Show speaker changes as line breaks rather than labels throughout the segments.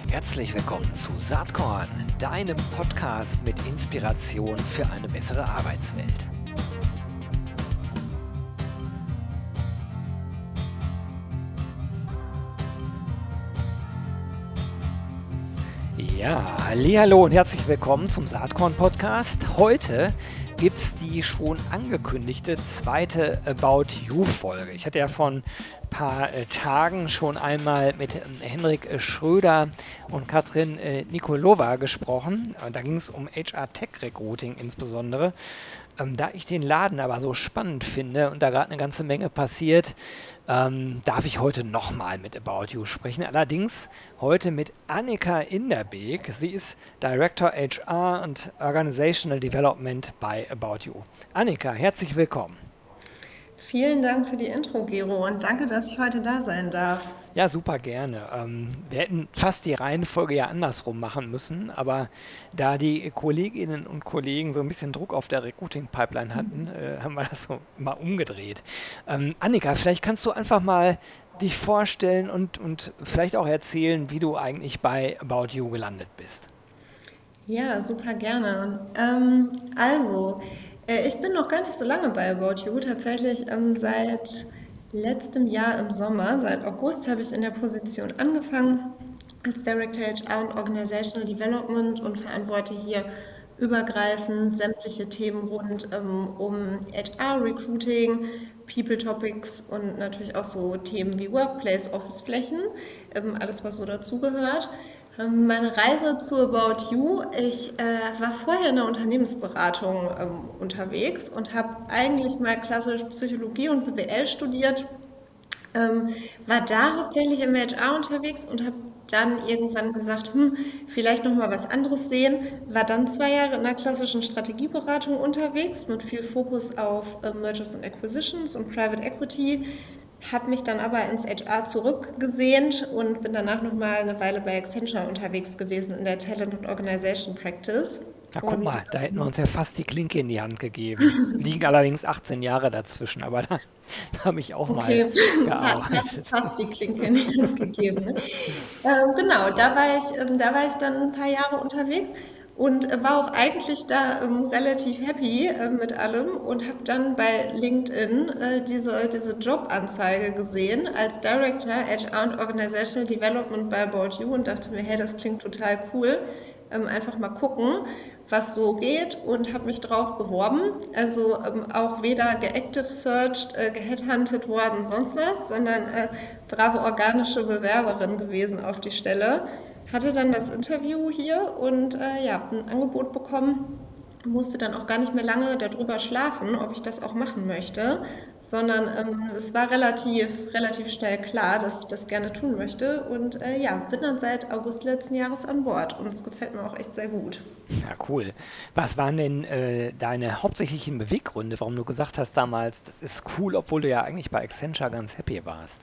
Herzlich willkommen zu Saatkorn, deinem Podcast mit Inspiration für eine bessere Arbeitswelt. Ja, hallihallo und herzlich willkommen zum Saatkorn-Podcast. Heute gibt es die schon angekündigte zweite About You-Folge. Ich hatte ja vor ein paar Tagen schon einmal mit Henrik Schröder und Katrin Nikolova gesprochen. Da ging es um HR-Tech-Recruiting insbesondere. Da ich den Laden aber so spannend finde und da gerade eine ganze Menge passiert, darf ich heute nochmal mit About You sprechen. Allerdings heute mit Annika Inderbeek. Sie ist Director HR und Organizational Development bei About You. Annika, herzlich willkommen.
Vielen Dank für die Intro, Gero, und danke, dass ich heute da sein darf.
Ja, super gerne. Wir hätten fast die Reihenfolge ja andersrum machen müssen, aber da die Kolleginnen und Kollegen so ein bisschen Druck auf der Recruiting-Pipeline hatten, haben wir das so mal umgedreht. Annika, vielleicht kannst du einfach mal dich vorstellen und vielleicht auch erzählen, wie du eigentlich bei About You gelandet bist.
Ja, super gerne. Ich bin noch gar nicht so lange bei About You, tatsächlich seit letztem Jahr im Sommer, seit August habe ich in der Position angefangen als Director HR und Organizational Development und verantworte hier übergreifend sämtliche Themen rund um HR, Recruiting, People Topics und natürlich auch so Themen wie Workplace, Office-Flächen, alles was so dazugehört. Meine Reise zu About You, ich war vorher in der Unternehmensberatung unterwegs und habe eigentlich mal klassisch Psychologie und BWL studiert, war da hauptsächlich im HR unterwegs und habe dann irgendwann gesagt, vielleicht noch mal was anderes sehen. War dann 2 Jahre in der klassischen Strategieberatung unterwegs mit viel Fokus auf Mergers and Acquisitions und Private Equity. Habe mich dann aber ins HR zurückgesehnt und bin danach noch mal eine Weile bei Accenture unterwegs gewesen in der Talent und Organization Practice.
Na, guck
Und
mal, da hätten wir uns ja fast die Klinke in die Hand gegeben. Liegen allerdings 18 Jahre dazwischen, aber da habe ich auch mal
okay,
gearbeitet.
fast die Klinke in die Hand gegeben. Ne? Genau, da war ich dann ein paar Jahre unterwegs und war auch eigentlich da relativ happy mit allem und habe dann bei LinkedIn diese Jobanzeige gesehen als Director HR und Organizational Development bei About You und dachte mir, hey, das klingt total cool. Einfach mal gucken, was so geht und habe mich drauf beworben. Also auch weder geactive searched, geheadhuntet worden, sonst was, sondern brave organische Bewerberin gewesen auf die Stelle. Hatte dann das Interview hier und ja, ein Angebot bekommen, musste dann auch gar nicht mehr lange darüber schlafen, ob ich das auch machen möchte, sondern es war relativ schnell klar, dass ich das gerne tun möchte und ja, bin dann seit August letzten Jahres an Bord und es gefällt mir auch echt sehr gut.
Ja, cool. Was waren denn deine hauptsächlichen Beweggründe, warum du gesagt hast damals, das ist cool, obwohl du ja eigentlich bei Accenture ganz happy warst?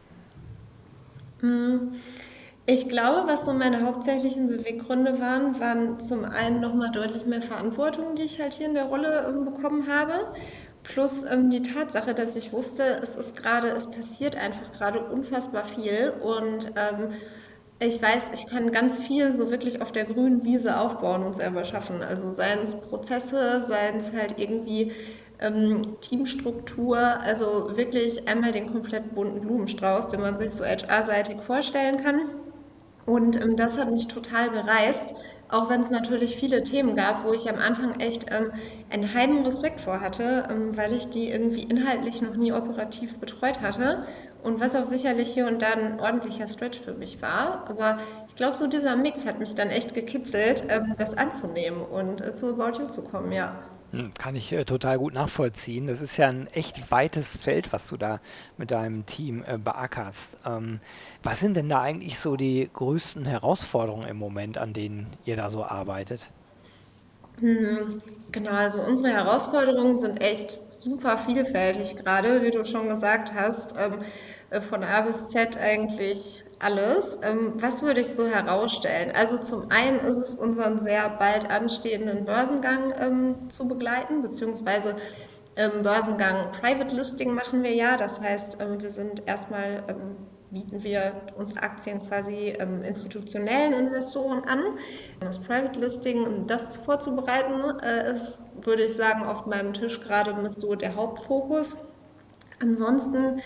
Ich glaube, was so meine hauptsächlichen Beweggründe waren zum einen nochmal deutlich mehr Verantwortung, die ich halt hier in der Rolle bekommen habe, plus die Tatsache, dass ich wusste, es passiert einfach gerade unfassbar viel und ich weiß, ich kann ganz viel so wirklich auf der grünen Wiese aufbauen und selber schaffen. Also seien es Prozesse, seien es halt irgendwie Teamstruktur, also wirklich einmal den komplett bunten Blumenstrauß, den man sich so HR-seitig vorstellen kann. Und das hat mich total gereizt, auch wenn es natürlich viele Themen gab, wo ich am Anfang echt einen heiden Respekt vor hatte, weil ich die irgendwie inhaltlich noch nie operativ betreut hatte. Und was auch sicherlich hier und da ein ordentlicher Stretch für mich war. Aber ich glaube, so dieser Mix hat mich dann echt gekitzelt, das anzunehmen und zu About You zu kommen, ja.
Kann ich total gut nachvollziehen. Das ist ja ein echt weites Feld, was du da mit deinem Team beackerst. Was sind denn da eigentlich so die größten Herausforderungen im Moment, an denen ihr da so arbeitet?
Genau, also unsere Herausforderungen sind echt super vielfältig gerade, wie du schon gesagt hast, von A bis Z eigentlich alles. Was würde ich so herausstellen? Also zum einen ist es unseren sehr bald anstehenden Börsengang zu begleiten, beziehungsweise Im Börsengang Private Listing machen wir ja. Das heißt, wir sind erstmal, bieten wir unsere Aktien quasi institutionellen Investoren an. Das Private Listing, um das vorzubereiten, ist, würde ich sagen, auf meinem Tisch gerade mit so der Hauptfokus. Ansonsten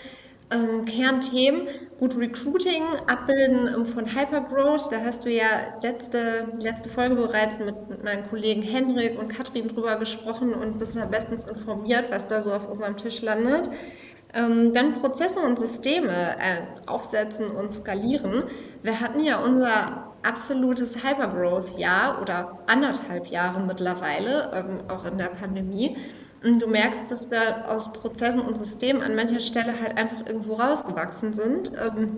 Kernthemen, gut Recruiting, Abbilden von Hypergrowth, da hast du ja letzte Folge bereits mit meinen Kollegen Henrik und Katrin drüber gesprochen und bist da bestens informiert, was da so auf unserem Tisch landet. Dann Prozesse und Systeme aufsetzen und skalieren. Wir hatten ja unser absolutes Hypergrowth-Jahr oder 1,5 Jahre mittlerweile, auch in der Pandemie. Und du merkst, dass wir aus Prozessen und Systemen an mancher Stelle halt einfach irgendwo rausgewachsen sind,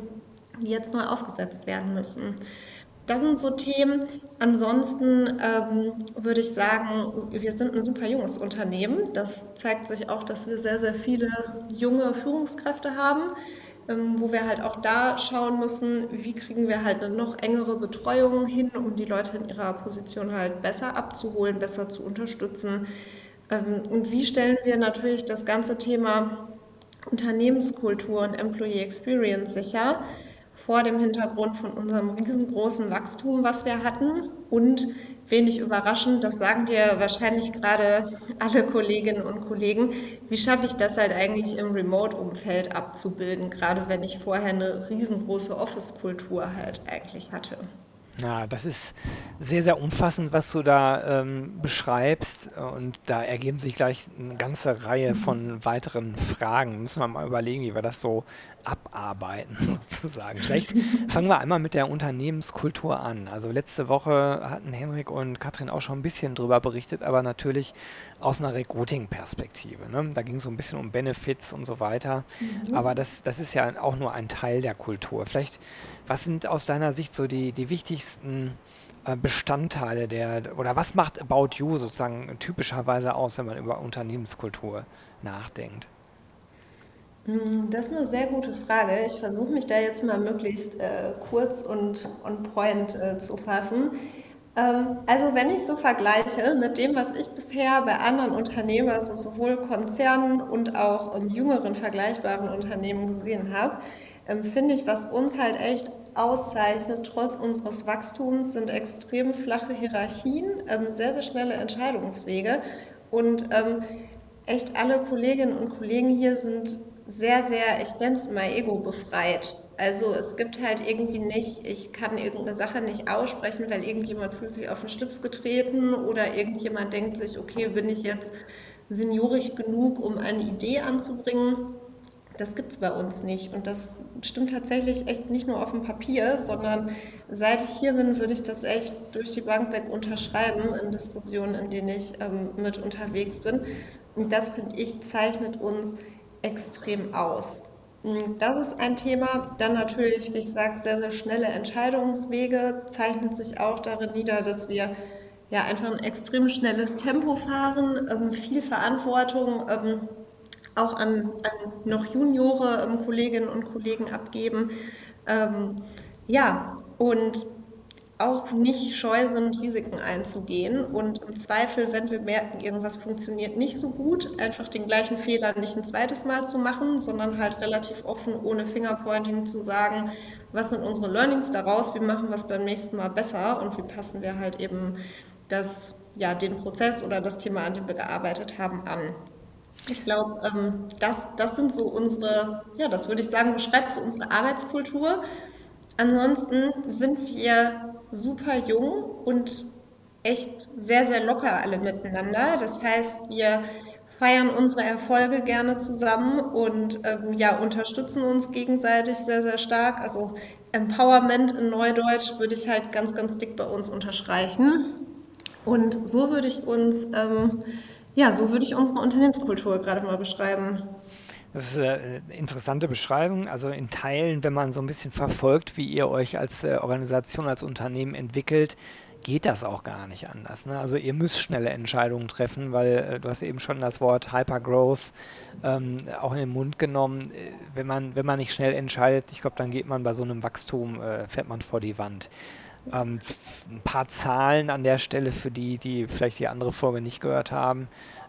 die jetzt neu aufgesetzt werden müssen. Das sind so Themen. Ansonsten würde ich sagen, wir sind ein super junges Unternehmen. Das zeigt sich auch, dass wir sehr, sehr viele junge Führungskräfte haben, wo wir halt auch da schauen müssen, wie kriegen wir halt eine noch engere Betreuung hin, um die Leute in ihrer Position halt besser abzuholen, besser zu unterstützen. Und wie stellen wir natürlich das ganze Thema Unternehmenskultur und Employee Experience sicher, vor dem Hintergrund von unserem riesengroßen Wachstum, was wir hatten. Und wenig überraschend, das sagen dir wahrscheinlich gerade alle Kolleginnen und Kollegen, wie schaffe ich das halt eigentlich im Remote-Umfeld abzubilden, gerade wenn ich vorher eine riesengroße Office-Kultur halt eigentlich hatte.
Ja, das ist sehr, sehr umfassend, was du da beschreibst. Und da ergeben sich gleich eine ganze Reihe von weiteren Fragen. Müssen wir mal überlegen, wie wir das so abarbeiten, sozusagen. Vielleicht fangen wir einmal mit der Unternehmenskultur an. Also letzte Woche hatten Henrik und Katrin auch schon ein bisschen drüber berichtet, aber natürlich aus einer Recruiting-Perspektive. Ne? Da ging es so ein bisschen um Benefits und so weiter. Aber das ist ja auch nur ein Teil der Kultur. Vielleicht, was sind aus deiner Sicht so die wichtigsten Bestandteile oder was macht About You sozusagen typischerweise aus, wenn man über Unternehmenskultur nachdenkt?
Das ist eine sehr gute Frage. Ich versuche mich da jetzt mal möglichst kurz und on point zu fassen. Also wenn ich so vergleiche mit dem, was ich bisher bei anderen Unternehmen, also sowohl Konzernen und auch jüngeren vergleichbaren Unternehmen gesehen habe, finde ich, was uns halt echt auszeichnet, trotz unseres Wachstums, sind extrem flache Hierarchien, sehr, sehr schnelle Entscheidungswege und echt alle Kolleginnen und Kollegen hier sind sehr, sehr, ich nenne es mal Ego befreit. Also es gibt halt irgendwie nicht, ich kann irgendeine Sache nicht aussprechen, weil irgendjemand fühlt sich auf den Schlips getreten oder irgendjemand denkt sich, okay, bin ich jetzt seniorisch genug, um eine Idee anzubringen? Das gibt es bei uns nicht. Und das stimmt tatsächlich echt nicht nur auf dem Papier, sondern seit ich hier bin, würde ich das echt durch die Bank weg unterschreiben in Diskussionen, in denen ich mit unterwegs bin. Und das, finde ich, zeichnet uns extrem aus. Das ist ein Thema. Dann natürlich, wie ich sage, sehr, sehr schnelle Entscheidungswege zeichnet sich auch darin nieder, dass wir ja einfach ein extrem schnelles Tempo fahren, viel Verantwortung auch an noch Juniore Kolleginnen und Kollegen abgeben. Ja, und auch nicht scheu sind, Risiken einzugehen und im Zweifel, wenn wir merken, irgendwas funktioniert nicht so gut, einfach den gleichen Fehler nicht ein zweites Mal zu machen, sondern halt relativ offen, ohne Fingerpointing zu sagen, was sind unsere Learnings daraus, wie machen wir es beim nächsten Mal besser und wie passen wir halt eben ja, den Prozess oder das Thema, an dem wir gearbeitet haben, an. Ich glaube, das sind so unsere, ja, das würde ich sagen, beschreibt so unsere Arbeitskultur. Ansonsten sind wir super jung und echt sehr, sehr locker alle miteinander. Das heißt, wir feiern unsere Erfolge gerne zusammen und ja, unterstützen uns gegenseitig sehr, sehr stark. Also Empowerment in Neudeutsch würde ich halt ganz, ganz dick bei uns unterstreichen. Und so würde ich ja, so würde ich unsere Unternehmenskultur gerade mal beschreiben.
Das ist eine interessante Beschreibung. Also in Teilen, wenn man so ein bisschen verfolgt, wie ihr euch als Organisation, als Unternehmen entwickelt, geht das auch gar nicht anders. Ne? Also ihr müsst schnelle Entscheidungen treffen, weil du hast eben schon das Wort Hypergrowth auch in den Mund genommen. Wenn man nicht schnell entscheidet, ich glaube, dann geht man bei so einem Wachstum, fährt man vor die Wand. Ein paar Zahlen an der Stelle für die, die vielleicht die andere Folge nicht gehört haben.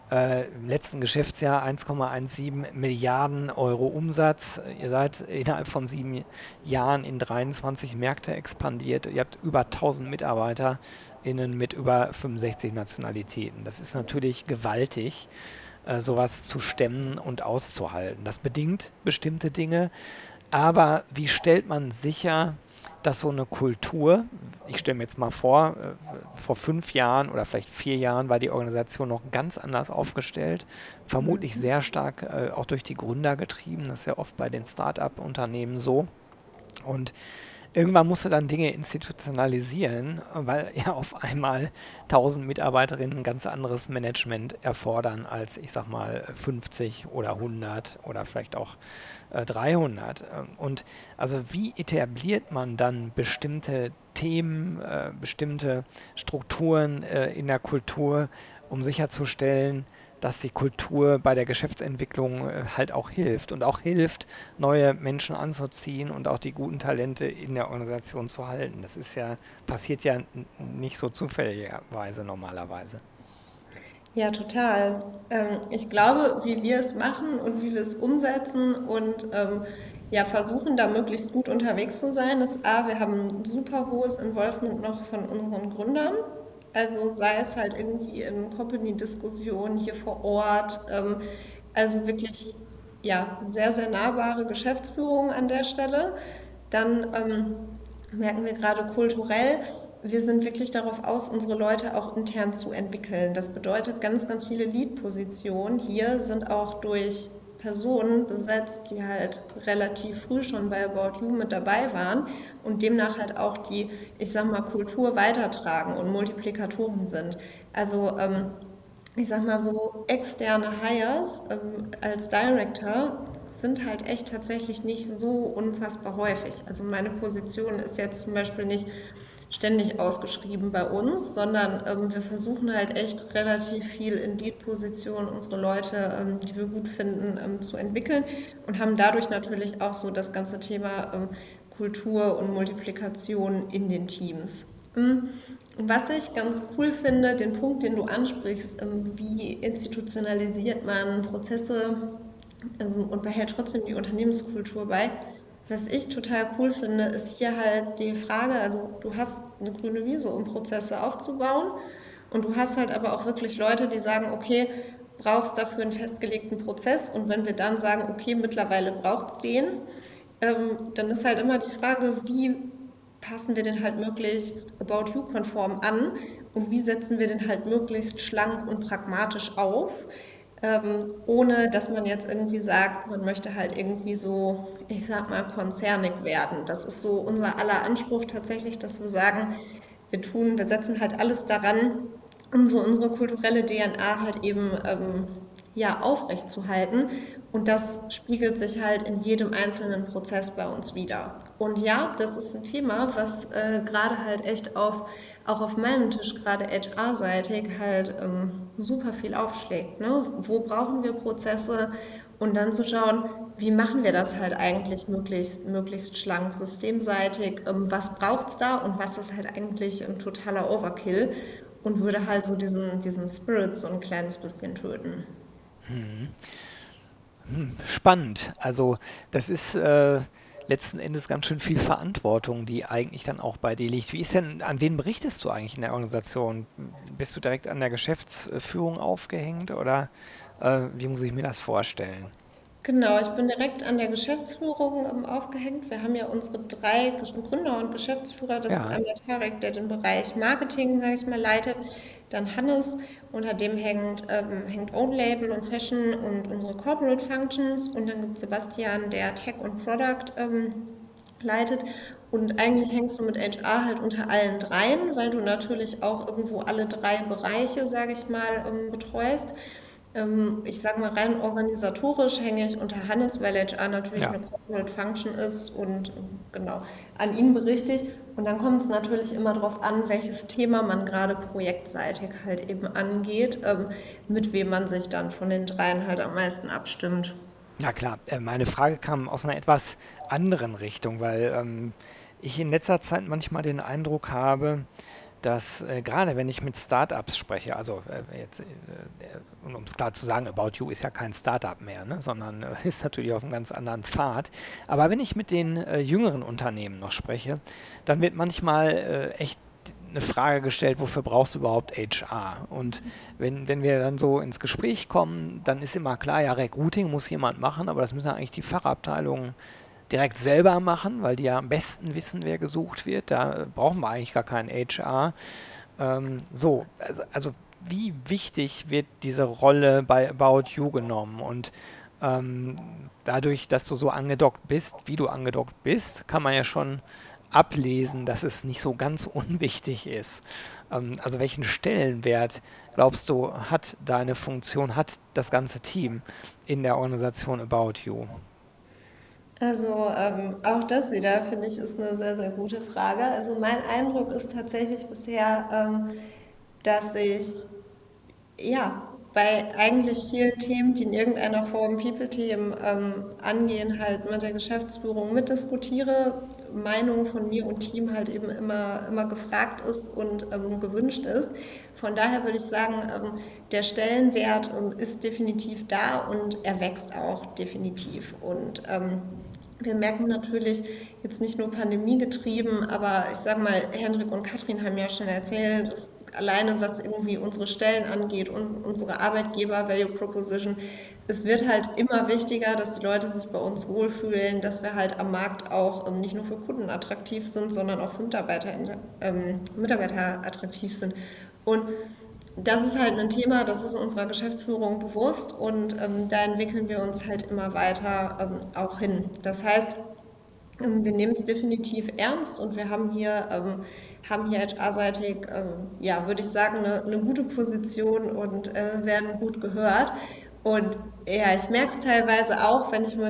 Im letzten Geschäftsjahr 1,17 Milliarden Euro Umsatz. Ihr seid innerhalb von 7 Jahren in 23 Märkte expandiert. Ihr habt über 1000 MitarbeiterInnen mit über 65 Nationalitäten. Das ist natürlich gewaltig, sowas zu stemmen und auszuhalten. Das bedingt bestimmte Dinge. Aber wie stellt man sicher, dass so eine Kultur, ich stelle mir jetzt mal vor 5 Jahren oder vielleicht 4 Jahren war die Organisation noch ganz anders aufgestellt, vermutlich sehr stark auch durch die Gründer getrieben, das ist ja oft bei den Start-up-Unternehmen so. Und irgendwann musst du dann Dinge institutionalisieren, weil ja auf einmal 1000 Mitarbeiterinnen ein ganz anderes Management erfordern als, ich sag mal, 50 oder 100 oder vielleicht auch 300. Und also wie etabliert man dann bestimmte Themen, bestimmte Strukturen in der Kultur, um sicherzustellen, dass die Kultur bei der Geschäftsentwicklung halt auch hilft und auch hilft, neue Menschen anzuziehen und auch die guten Talente in der Organisation zu halten. Das ist ja, passiert ja nicht so zufälligerweise normalerweise.
Ja, total. Ich glaube, wie wir es machen und wie wir es umsetzen und ja, versuchen, da möglichst gut unterwegs zu sein, ist A, wir haben ein super hohes Involvement noch von unseren Gründern. Also sei es halt irgendwie in Company-Diskussionen hier vor Ort, also wirklich ja, sehr, sehr nahbare Geschäftsführung an der Stelle. Dann merken wir gerade kulturell, wir sind wirklich darauf aus, unsere Leute auch intern zu entwickeln. Das bedeutet, ganz, ganz viele Lead-Positionen hier sind auch durch Personen besetzt, die halt relativ früh schon bei About You mit dabei waren und demnach halt auch die, ich sag mal, Kultur weitertragen und Multiplikatoren sind. Also ich sag mal so, externe Hires als Director sind halt echt tatsächlich nicht so unfassbar häufig. Also meine Position ist jetzt zum Beispiel nicht ständig ausgeschrieben bei uns, sondern wir versuchen halt echt relativ viel in Lead-Positionen unsere Leute, die wir gut finden, zu entwickeln und haben dadurch natürlich auch so das ganze Thema Kultur und Multiplikation in den Teams. Was ich ganz cool finde, den Punkt, den du ansprichst, wie institutionalisiert man Prozesse und behält trotzdem die Unternehmenskultur bei. Was ich total cool finde, ist hier halt die Frage, also du hast eine grüne Wiese, um Prozesse aufzubauen und du hast halt aber auch wirklich Leute, die sagen, okay, brauchst dafür einen festgelegten Prozess und wenn wir dann sagen, okay, mittlerweile braucht es den, dann ist halt immer die Frage, wie passen wir den halt möglichst About You-konform an und wie setzen wir den halt möglichst schlank und pragmatisch auf, ohne dass man jetzt irgendwie sagt, man möchte halt irgendwie so, ich sag mal, konzernig werden. Das ist so unser aller Anspruch tatsächlich, dass wir sagen, wir setzen halt alles daran, um so unsere kulturelle DNA halt eben ja, aufrechtzuhalten. Und das spiegelt sich halt in jedem einzelnen Prozess bei uns wieder. Und ja, das ist ein Thema, was gerade halt echt auch auf meinem Tisch, gerade HR-seitig, halt super viel aufschlägt. Ne? Wo brauchen wir Prozesse? Und dann zu schauen, wie machen wir das halt eigentlich möglichst schlank, systemseitig, was braucht es da und was ist halt eigentlich ein totaler Overkill und würde halt so diesen Spirit so ein kleines bisschen töten.
Spannend. Also das ist letzten Endes ganz schön viel Verantwortung, die eigentlich dann auch bei dir liegt. Wie ist denn, an wen berichtest du eigentlich in der Organisation? Bist du direkt an der Geschäftsführung aufgehängt oder wie muss ich mir das vorstellen?
Genau, ich bin direkt an der Geschäftsführung aufgehängt. Wir haben ja unsere drei Gründer und Geschäftsführer. Das ist
Ja,
einmal Tarek, der den Bereich Marketing, sage ich mal, leitet. Dann Hannes, unter dem hängt Own Label und Fashion und unsere Corporate Functions. Und dann gibt es Sebastian, der Tech und Product leitet. Und eigentlich hängst du mit HR halt unter allen dreien, weil du natürlich auch irgendwo alle drei Bereiche, sage ich mal, betreust. Ich sage mal, rein organisatorisch hänge ich unter Hannes, weil HR natürlich
ja.
eine Corporate Function ist und genau an ihn berichte ich. Und dann kommt es natürlich immer darauf an, welches Thema man gerade projektseitig halt eben angeht, mit wem man sich dann von den dreien halt am meisten abstimmt.
Na klar, meine Frage kam aus einer etwas anderen Richtung, weil ich in letzter Zeit manchmal den Eindruck habe, dass gerade wenn ich mit Startups spreche, also um es klar zu sagen, About You ist ja kein Startup mehr, ne, sondern ist natürlich auf einem ganz anderen Pfad. Aber wenn ich mit den jüngeren Unternehmen noch spreche, dann wird manchmal echt eine Frage gestellt, wofür brauchst du überhaupt HR? Und wenn wir dann so ins Gespräch kommen, dann ist immer klar, ja, Recruiting muss jemand machen, aber das müssen ja eigentlich die Fachabteilungen direkt selber machen, weil die ja am besten wissen, wer gesucht wird. Da brauchen wir eigentlich gar keinen HR. Also wie wichtig wird diese Rolle bei About You genommen? Und dadurch, dass du so angedockt bist, wie du angedockt bist, kann man ja schon ablesen, dass es nicht so ganz unwichtig ist. Also welchen Stellenwert, glaubst du, hat deine Funktion, hat das ganze Team in der Organisation About You?
Also auch das wieder, finde ich, ist eine sehr, sehr gute Frage. Also mein Eindruck ist tatsächlich bisher, dass ich ja, bei eigentlich vielen Themen, die in irgendeiner Form People-Themen angehen, halt mit der Geschäftsführung mitdiskutiere, Meinung von mir und Team halt eben immer gefragt ist und gewünscht ist. Von daher würde ich sagen, der Stellenwert ist definitiv da und er wächst auch definitiv. Und wir merken natürlich jetzt nicht nur pandemiegetrieben, aber ich sage mal, Hendrik und Katrin haben ja schon erzählt, dass alleine was irgendwie unsere Stellen angeht und unsere Arbeitgeber Value Proposition, es wird halt immer wichtiger, dass die Leute sich bei uns wohlfühlen, dass wir halt am Markt auch nicht nur für Kunden attraktiv sind, sondern auch für Mitarbeiter attraktiv sind. Und das ist halt ein Thema, das ist unserer Geschäftsführung bewusst und da entwickeln wir uns halt immer weiter auch hin. Das heißt, wir nehmen es definitiv ernst und wir haben hier HR-seitig, ja, würde ich sagen, eine gute Position und werden gut gehört. Und ja, ich merke es teilweise auch, wenn ich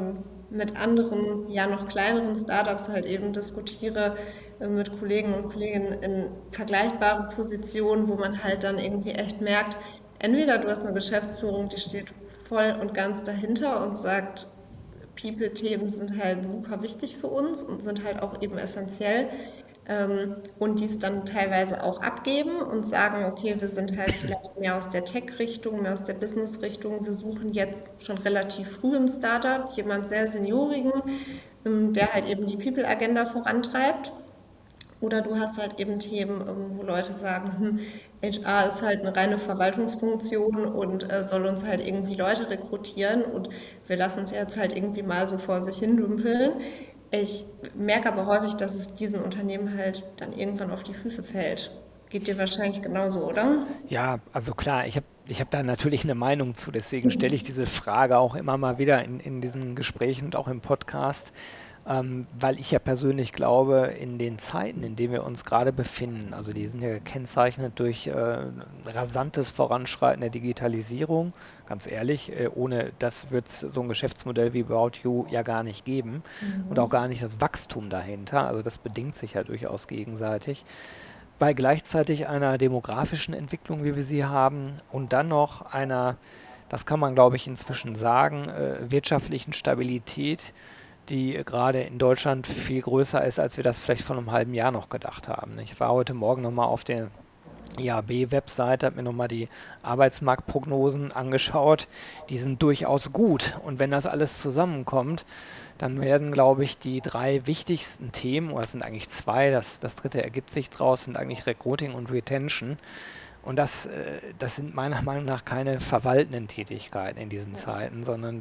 mit anderen, ja, noch kleineren Startups halt eben diskutiere, mit Kollegen und Kolleginnen in vergleichbaren Positionen, wo man halt dann irgendwie echt merkt, entweder du hast eine Geschäftsführung, die steht voll und ganz dahinter und sagt, People-Themen sind halt super wichtig für uns und sind halt auch eben essentiell. Und die es dann teilweise auch abgeben und sagen, okay, wir sind halt vielleicht mehr aus der Tech-Richtung, mehr aus der Business-Richtung. Wir suchen jetzt schon relativ früh im Startup jemand sehr Seniorigen, der halt eben die People-Agenda vorantreibt. Oder du hast halt eben Themen, wo Leute sagen, HR ist halt eine reine Verwaltungsfunktion und soll uns halt irgendwie Leute rekrutieren und wir lassen es jetzt halt irgendwie mal so vor sich hin dümpeln. Ich merke aber häufig, dass es diesen Unternehmen halt dann irgendwann auf die Füße fällt. Geht dir wahrscheinlich genauso, oder?
Ja, also klar, ich hab da natürlich eine Meinung zu, deswegen stelle ich diese Frage auch immer mal wieder in diesen Gesprächen und auch im Podcast, weil ich ja persönlich glaube, in den Zeiten, in denen wir uns gerade befinden, also die sind ja gekennzeichnet durch rasantes Voranschreiten der Digitalisierung, ganz ehrlich, ohne das wird es so ein Geschäftsmodell wie About You ja gar nicht geben und auch gar nicht das Wachstum dahinter, also das bedingt sich ja durchaus gegenseitig bei gleichzeitig einer demografischen Entwicklung, wie wir sie haben, und dann noch einer, das kann man glaube ich inzwischen sagen, wirtschaftlichen Stabilität, die gerade in Deutschland viel größer ist, als wir das vielleicht vor einem halben Jahr noch gedacht haben. Ich war heute Morgen nochmal auf der IAB-Webseite, habe mir nochmal die Arbeitsmarktprognosen angeschaut. Die sind durchaus gut. Und wenn das alles zusammenkommt, dann werden, glaube ich, die drei wichtigsten Themen, oder es sind eigentlich zwei, das dritte ergibt sich draus, sind eigentlich Recruiting und Retention. Und das sind meiner Meinung nach keine verwaltenden Tätigkeiten in diesen Zeiten, sondern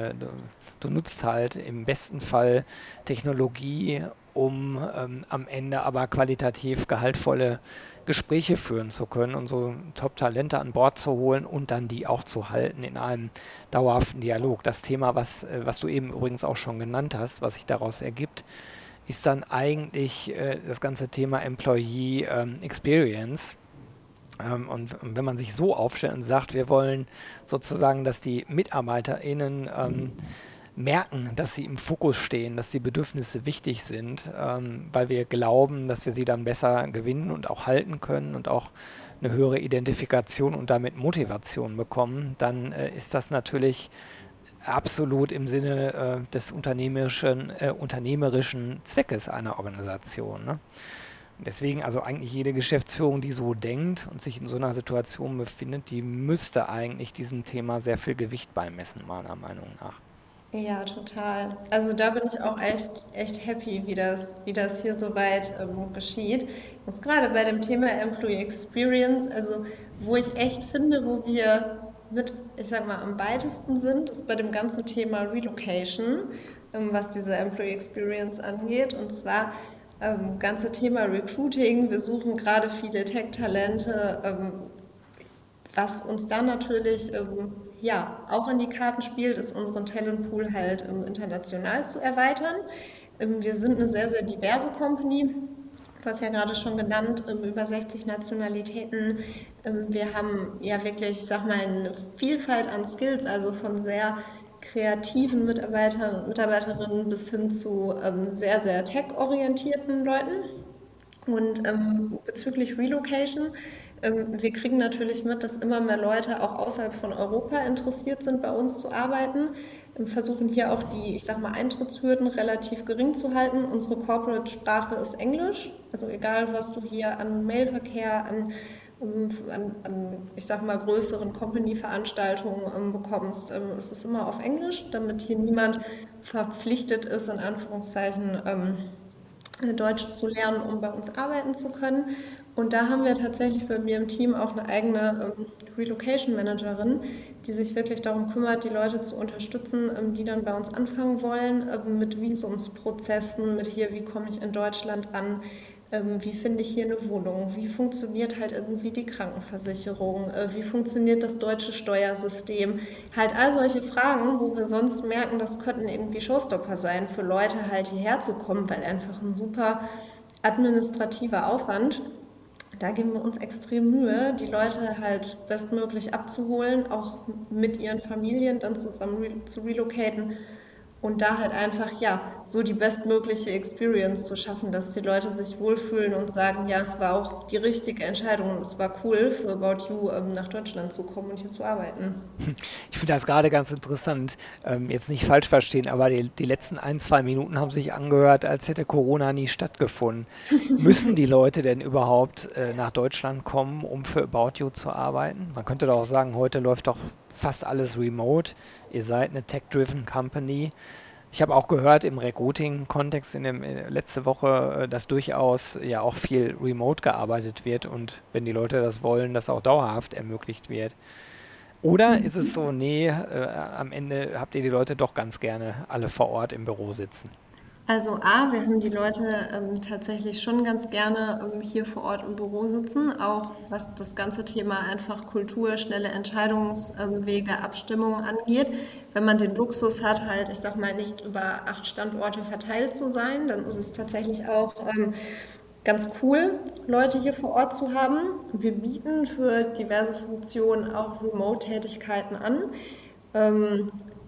du nutzt halt im besten Fall Technologie, um am Ende aber qualitativ gehaltvolle Gespräche führen zu können und so Top-Talente an Bord zu holen und dann die auch zu halten in einem dauerhaften Dialog. Das Thema, was du eben übrigens auch schon genannt hast, was sich daraus ergibt, ist dann eigentlich das ganze Thema Employee Experience. Und wenn man sich so aufstellt und sagt, wir wollen sozusagen, dass die MitarbeiterInnen merken, dass sie im Fokus stehen, dass die Bedürfnisse wichtig sind, weil wir glauben, dass wir sie dann besser gewinnen und auch halten können und auch eine höhere Identifikation und damit Motivation bekommen, dann ist das natürlich absolut im Sinne des unternehmerischen Zweckes einer Organisation. Ne? Deswegen also eigentlich jede Geschäftsführung, die so denkt und sich in so einer Situation befindet, die müsste eigentlich diesem Thema sehr viel Gewicht beimessen, meiner Meinung nach.
Ja, total. Also da bin ich auch echt happy, wie das hier soweit geschieht. Ich muss gerade bei dem Thema Employee Experience, also wo ich echt finde, wo wir mit, ich sag mal, am weitesten sind, ist bei dem ganzen Thema Relocation, was diese Employee Experience angeht. Und zwar ganze Thema Recruiting. Wir suchen gerade viele Tech-Talente, was uns dann natürlich ja, auch in die Karten spielt, ist unseren Talentpool halt international zu erweitern. Wir sind eine sehr, sehr diverse Company. Du hast ja gerade schon genannt, über 60 Nationalitäten. Wir haben ja wirklich, ich sag mal, eine Vielfalt an Skills, also von sehr kreativen Mitarbeitern und Mitarbeiterinnen bis hin zu sehr, sehr tech-orientierten Leuten. Und bezüglich Relocation, wir kriegen natürlich mit, dass immer mehr Leute auch außerhalb von Europa interessiert sind, bei uns zu arbeiten. Versuchen hier auch die, ich sag mal, Eintrittshürden relativ gering zu halten. Unsere Corporate-Sprache ist Englisch. Also egal, was du hier an Mailverkehr, ich sag mal, größeren Company-Veranstaltungen bekommst, ist es immer auf Englisch, damit hier niemand verpflichtet ist, in Anführungszeichen, Deutsch zu lernen, um bei uns arbeiten zu können. Und da haben wir tatsächlich bei mir im Team auch eine eigene Relocation Managerin, die sich wirklich darum kümmert, die Leute zu unterstützen, die dann bei uns anfangen wollen, mit Visumsprozessen, mit hier, wie komme ich in Deutschland an, wie finde ich hier eine Wohnung, wie funktioniert halt irgendwie die Krankenversicherung, wie funktioniert das deutsche Steuersystem. Halt all solche Fragen, wo wir sonst merken, das könnten irgendwie Showstopper sein für Leute halt hierher zu kommen, weil einfach ein super administrativer Aufwand. Da geben wir uns extrem Mühe, die Leute halt bestmöglich abzuholen, auch mit ihren Familien dann zusammen zu relocaten und da halt einfach, ja, so die bestmögliche Experience zu schaffen, dass die Leute sich wohlfühlen und sagen, ja, es war auch die richtige Entscheidung und es war cool für About You nach Deutschland zu kommen und hier zu arbeiten.
Ich finde das gerade ganz interessant, jetzt nicht falsch verstehen, aber die letzten 1, 2 Minuten haben sich angehört, als hätte Corona nie stattgefunden. Müssen die Leute denn überhaupt nach Deutschland kommen, um für About You zu arbeiten? Man könnte doch auch sagen, heute läuft doch fast alles remote. Ihr seid eine Tech-driven Company. Ich habe auch gehört im Recruiting-Kontext letzte Woche, dass durchaus ja auch viel remote gearbeitet wird und wenn die Leute das wollen, das auch dauerhaft ermöglicht wird. Oder ist es so, nee, am Ende habt ihr die Leute doch ganz gerne alle vor Ort im Büro sitzen?
Also A, wir haben die Leute tatsächlich schon ganz gerne hier vor Ort im Büro sitzen, auch was das ganze Thema einfach Kultur, schnelle Entscheidungswege, Abstimmungen angeht. Wenn man den Luxus hat, halt, ich sag mal, nicht über 8 Standorte verteilt zu sein, dann ist es tatsächlich auch ganz cool, Leute hier vor Ort zu haben. Wir bieten für diverse Funktionen auch Remote-Tätigkeiten an. Ähm,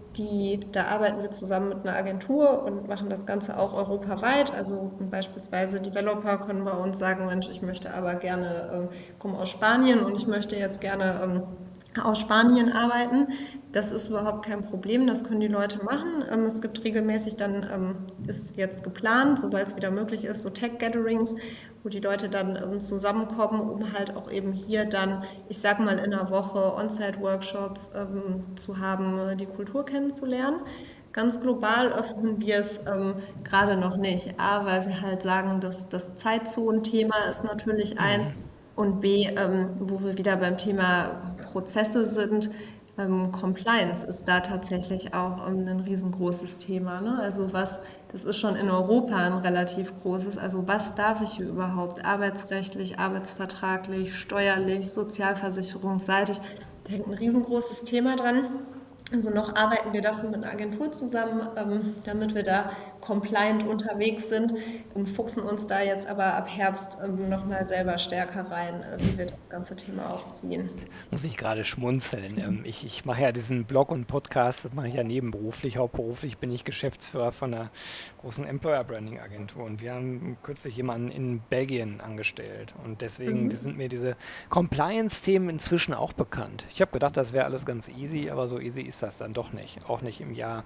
da arbeiten wir zusammen mit einer Agentur und machen das Ganze auch europaweit. Also beispielsweise Developer können bei uns sagen, Mensch, ich möchte aber gerne, komme aus Spanien und ich möchte jetzt gerne aus Spanien arbeiten. Das ist überhaupt kein Problem, das können die Leute machen. Es gibt regelmäßig dann, ist jetzt geplant, sobald es wieder möglich ist, so Tech-Gatherings, wo die Leute dann zusammenkommen, um halt auch eben hier dann, ich sag mal, in einer Woche On-Site-Workshops zu haben, die Kultur kennenzulernen. Ganz global öffnen wir es gerade noch nicht. A, weil wir halt sagen, dass das Zeitzonenthema ist natürlich eins und B, wo wir wieder beim Thema Prozesse sind. Compliance ist da tatsächlich auch ein riesengroßes Thema. Ne? Also das ist schon in Europa ein relativ großes. Also was darf ich hier überhaupt arbeitsrechtlich, arbeitsvertraglich, steuerlich, sozialversicherungsseitig? Da hängt ein riesengroßes Thema dran. Also noch arbeiten wir dafür mit einer Agentur zusammen, damit wir da compliant unterwegs sind, fuchsen uns da jetzt aber ab Herbst nochmal selber stärker rein, wie wir das ganze Thema aufziehen.
Muss ich gerade schmunzeln. Ich mache ja diesen Blog und Podcast, das mache ich ja nebenberuflich. Hauptberuflich bin ich Geschäftsführer von einer großen Employer Branding Agentur und wir haben kürzlich jemanden in Belgien angestellt und deswegen sind mir diese Compliance-Themen inzwischen auch bekannt. Ich habe gedacht, das wäre alles ganz easy, aber so easy ist das dann doch nicht. Auch nicht im Jahr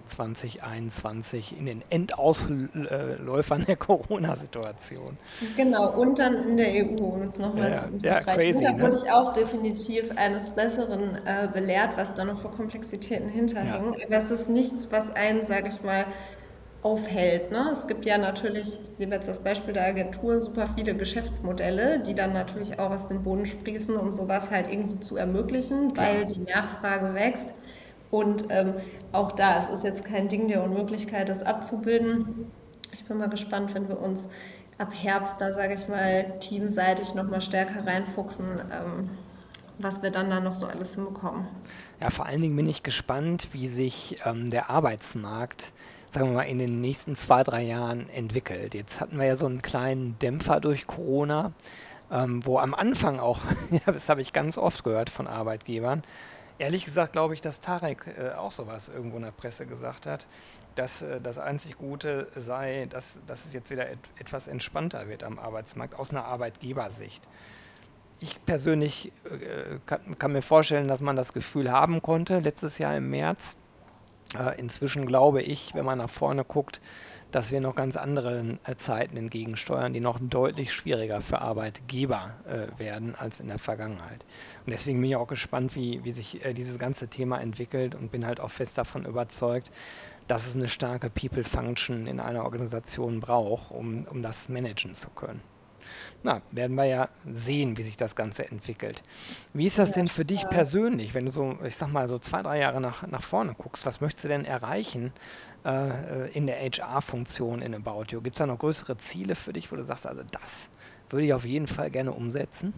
2021 in den Endausläufern der Corona-Situation.
Genau, und dann in der EU, um es nochmal zu
Ja,
unterstreichen. Und
crazy,
da
ne?
wurde ich auch definitiv eines Besseren belehrt, was da noch für Komplexitäten
Ja,
hinterhängen. Aber es ist nichts, was einen, sage ich mal, aufhält. Ne? Es gibt ja natürlich, ich nehme jetzt das Beispiel der Agentur, super viele Geschäftsmodelle, die dann natürlich auch aus dem Boden sprießen, um sowas halt irgendwie zu ermöglichen,
klar.
weil die Nachfrage wächst. Und auch da, es ist jetzt kein Ding der Unmöglichkeit, das abzubilden. Ich bin mal gespannt, wenn wir uns ab Herbst da, sage ich mal, teamseitig nochmal stärker reinfuchsen, was wir dann da noch so alles hinbekommen.
Ja, vor allen Dingen bin ich gespannt, wie sich der Arbeitsmarkt, sagen wir mal, in den nächsten 2, 3 Jahren entwickelt. Jetzt hatten wir ja so einen kleinen Dämpfer durch Corona, wo am Anfang auch, ja, das habe ich ganz oft gehört von Arbeitgebern. Ehrlich gesagt glaube ich, dass Tarek auch sowas irgendwo in der Presse gesagt hat, dass das einzig Gute sei, dass es jetzt wieder etwas entspannter wird am Arbeitsmarkt aus einer Arbeitgebersicht. Ich persönlich kann mir vorstellen, dass man das Gefühl haben konnte letztes Jahr im März. Inzwischen glaube ich, wenn man nach vorne guckt, dass wir noch ganz anderen Zeiten entgegensteuern, die noch deutlich schwieriger für Arbeitgeber werden als in der Vergangenheit. Und deswegen bin ich auch gespannt, wie sich dieses ganze Thema entwickelt und bin halt auch fest davon überzeugt, dass es eine starke People Function in einer Organisation braucht, um das managen zu können. Na, werden wir ja sehen, wie sich das Ganze entwickelt. Wie ist das
Ja,
denn für dich persönlich, wenn du so, ich sag mal, so 2, 3 Jahre nach vorne guckst? Was möchtest du denn erreichen in der HR-Funktion in About You? Gibt es da noch größere Ziele für dich, wo du sagst, also das würde ich auf jeden Fall gerne umsetzen?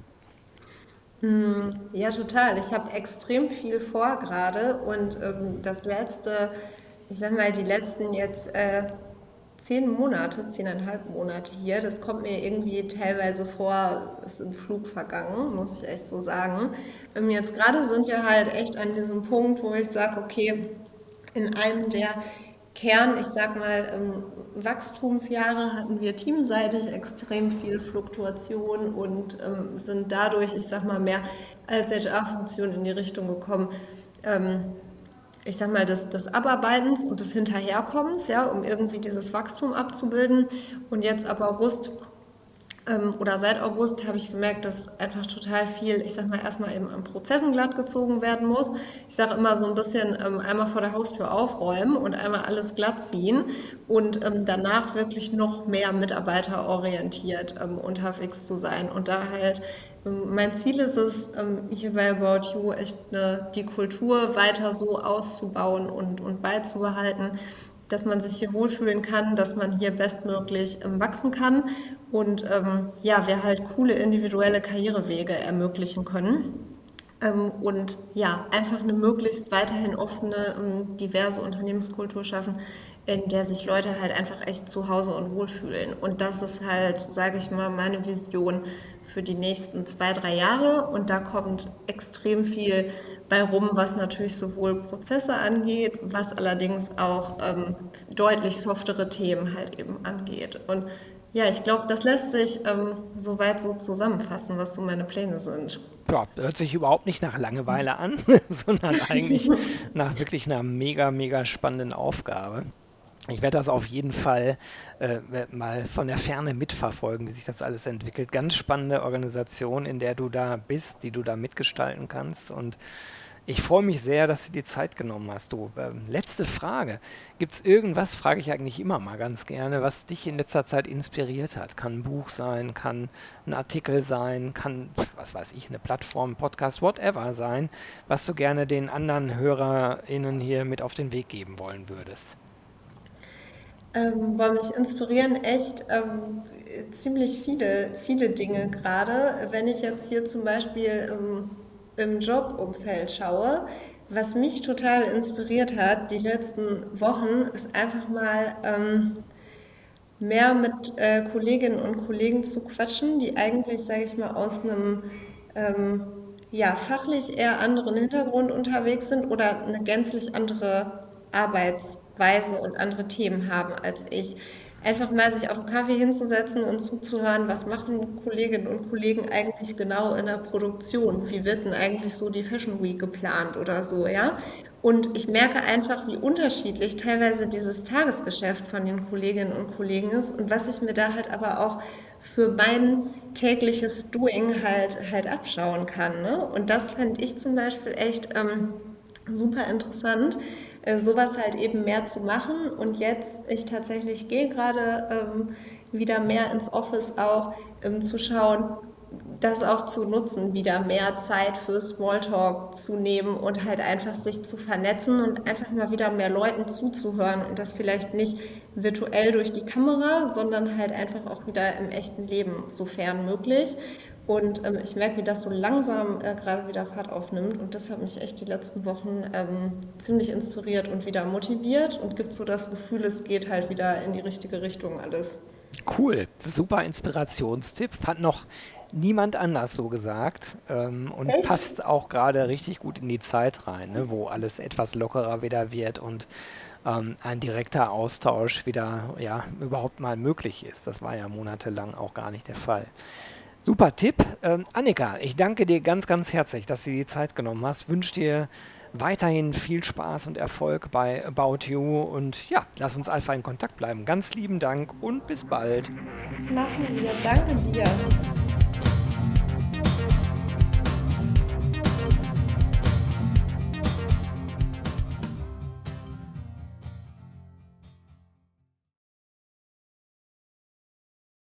ja, total. Ich habe extrem viel vor gerade und das letzte, ich sag mal, die letzten jetzt 10 Monate, 10,5 Monate hier, das kommt mir irgendwie teilweise vor, ist im Flug vergangen, muss ich echt so sagen. Jetzt gerade sind wir halt echt an diesem Punkt, wo ich sage, okay, in einem der ich sag mal, Wachstumsjahre hatten wir teamseitig extrem viel Fluktuation und sind dadurch, ich sag mal, mehr als HR-Funktion in die Richtung gekommen, ähm, ich sag mal, des Abarbeitens und des Hinterherkommens, ja, um irgendwie dieses Wachstum abzubilden. Und jetzt ab August oder seit August habe ich gemerkt, dass einfach total viel, ich sag mal, erstmal eben an Prozessen glatt gezogen werden muss. Ich sage immer so ein bisschen einmal vor der Haustür aufräumen und einmal alles glatt ziehen und danach wirklich noch mehr mitarbeiterorientiert unterwegs zu sein. Und da halt, mein Ziel ist es, hier bei About You echt die Kultur weiter so auszubauen und beizubehalten, dass man sich hier wohlfühlen kann, dass man hier bestmöglich wachsen kann und ja, wir halt coole individuelle Karrierewege ermöglichen können. Und ja, einfach eine möglichst weiterhin offene, diverse Unternehmenskultur schaffen, in der sich Leute halt einfach echt zu Hause und wohlfühlen. Und das ist halt, sage ich mal, meine Vision für die nächsten 2, 3 Jahre. Und da kommt extrem viel bei rum, was natürlich sowohl Prozesse angeht, was allerdings auch deutlich softere Themen halt eben angeht. Und ja, ich glaube, das lässt sich soweit so zusammenfassen, was so meine Pläne sind.
Ja, hört sich überhaupt nicht nach Langeweile an, sondern eigentlich nach wirklich einer mega, mega spannenden Aufgabe. Ich werde das auf jeden Fall mal von der Ferne mitverfolgen, wie sich das alles entwickelt. Ganz spannende Organisation, in der du da bist, die du da mitgestalten kannst. Und ich freue mich sehr, dass du dir Zeit genommen hast. Du, letzte Frage. Gibt es irgendwas, frage ich eigentlich immer mal ganz gerne, was dich in letzter Zeit inspiriert hat? Kann ein Buch sein, kann ein Artikel sein, kann, was weiß ich, eine Plattform, ein Podcast, whatever sein, was du gerne den anderen HörerInnen hier mit auf den Weg geben wollen würdest.
Weil mich inspirieren echt ziemlich viele Dinge gerade. Wenn ich jetzt hier zum Beispiel im Jobumfeld schaue, was mich total inspiriert hat die letzten Wochen, ist einfach mal mehr mit Kolleginnen und Kollegen zu quatschen, die eigentlich, sage ich mal, aus einem ähm, ja, fachlich eher anderen Hintergrund unterwegs sind oder eine gänzlich andere Arbeitsweise und andere Themen haben als ich. einfach mal sich auf einen Kaffee hinzusetzen und zuzuhören, was machen Kolleginnen und Kollegen eigentlich genau in der Produktion? Wie wird denn eigentlich so die Fashion Week geplant oder so, ja? Und ich merke einfach, wie unterschiedlich teilweise dieses Tagesgeschäft von den Kolleginnen und Kollegen ist und was ich mir da halt aber auch für mein tägliches Doing halt abschauen kann. Ne? Und das fand ich zum Beispiel echt super interessant, sowas halt eben mehr zu machen. Und jetzt, ich tatsächlich gehe gerade wieder mehr ins Office auch, zu schauen, das auch zu nutzen, wieder mehr Zeit für Smalltalk zu nehmen und halt einfach sich zu vernetzen und einfach mal wieder mehr Leuten zuzuhören und das vielleicht nicht virtuell durch die Kamera, sondern halt einfach auch wieder im echten Leben, sofern möglich. Und ich merke, wie das so langsam gerade wieder Fahrt aufnimmt. Und das hat mich echt die letzten Wochen ziemlich inspiriert und wieder motiviert und gibt so das Gefühl, es geht halt wieder in die richtige Richtung alles.
Cool, super Inspirationstipp. Hat noch niemand anders so gesagt und
Echt?
passt auch gerade richtig gut in die Zeit rein, ne, wo alles etwas lockerer wieder wird und ein direkter Austausch wieder ja, überhaupt mal möglich ist. Das war ja monatelang auch gar nicht der Fall. Super Tipp. Annika, ich danke dir ganz, ganz herzlich, dass du dir die Zeit genommen hast. Wünsche dir weiterhin viel Spaß und Erfolg bei About You und ja, lass uns einfach in Kontakt bleiben. Ganz lieben Dank und bis bald.
Machen wir. Danke dir.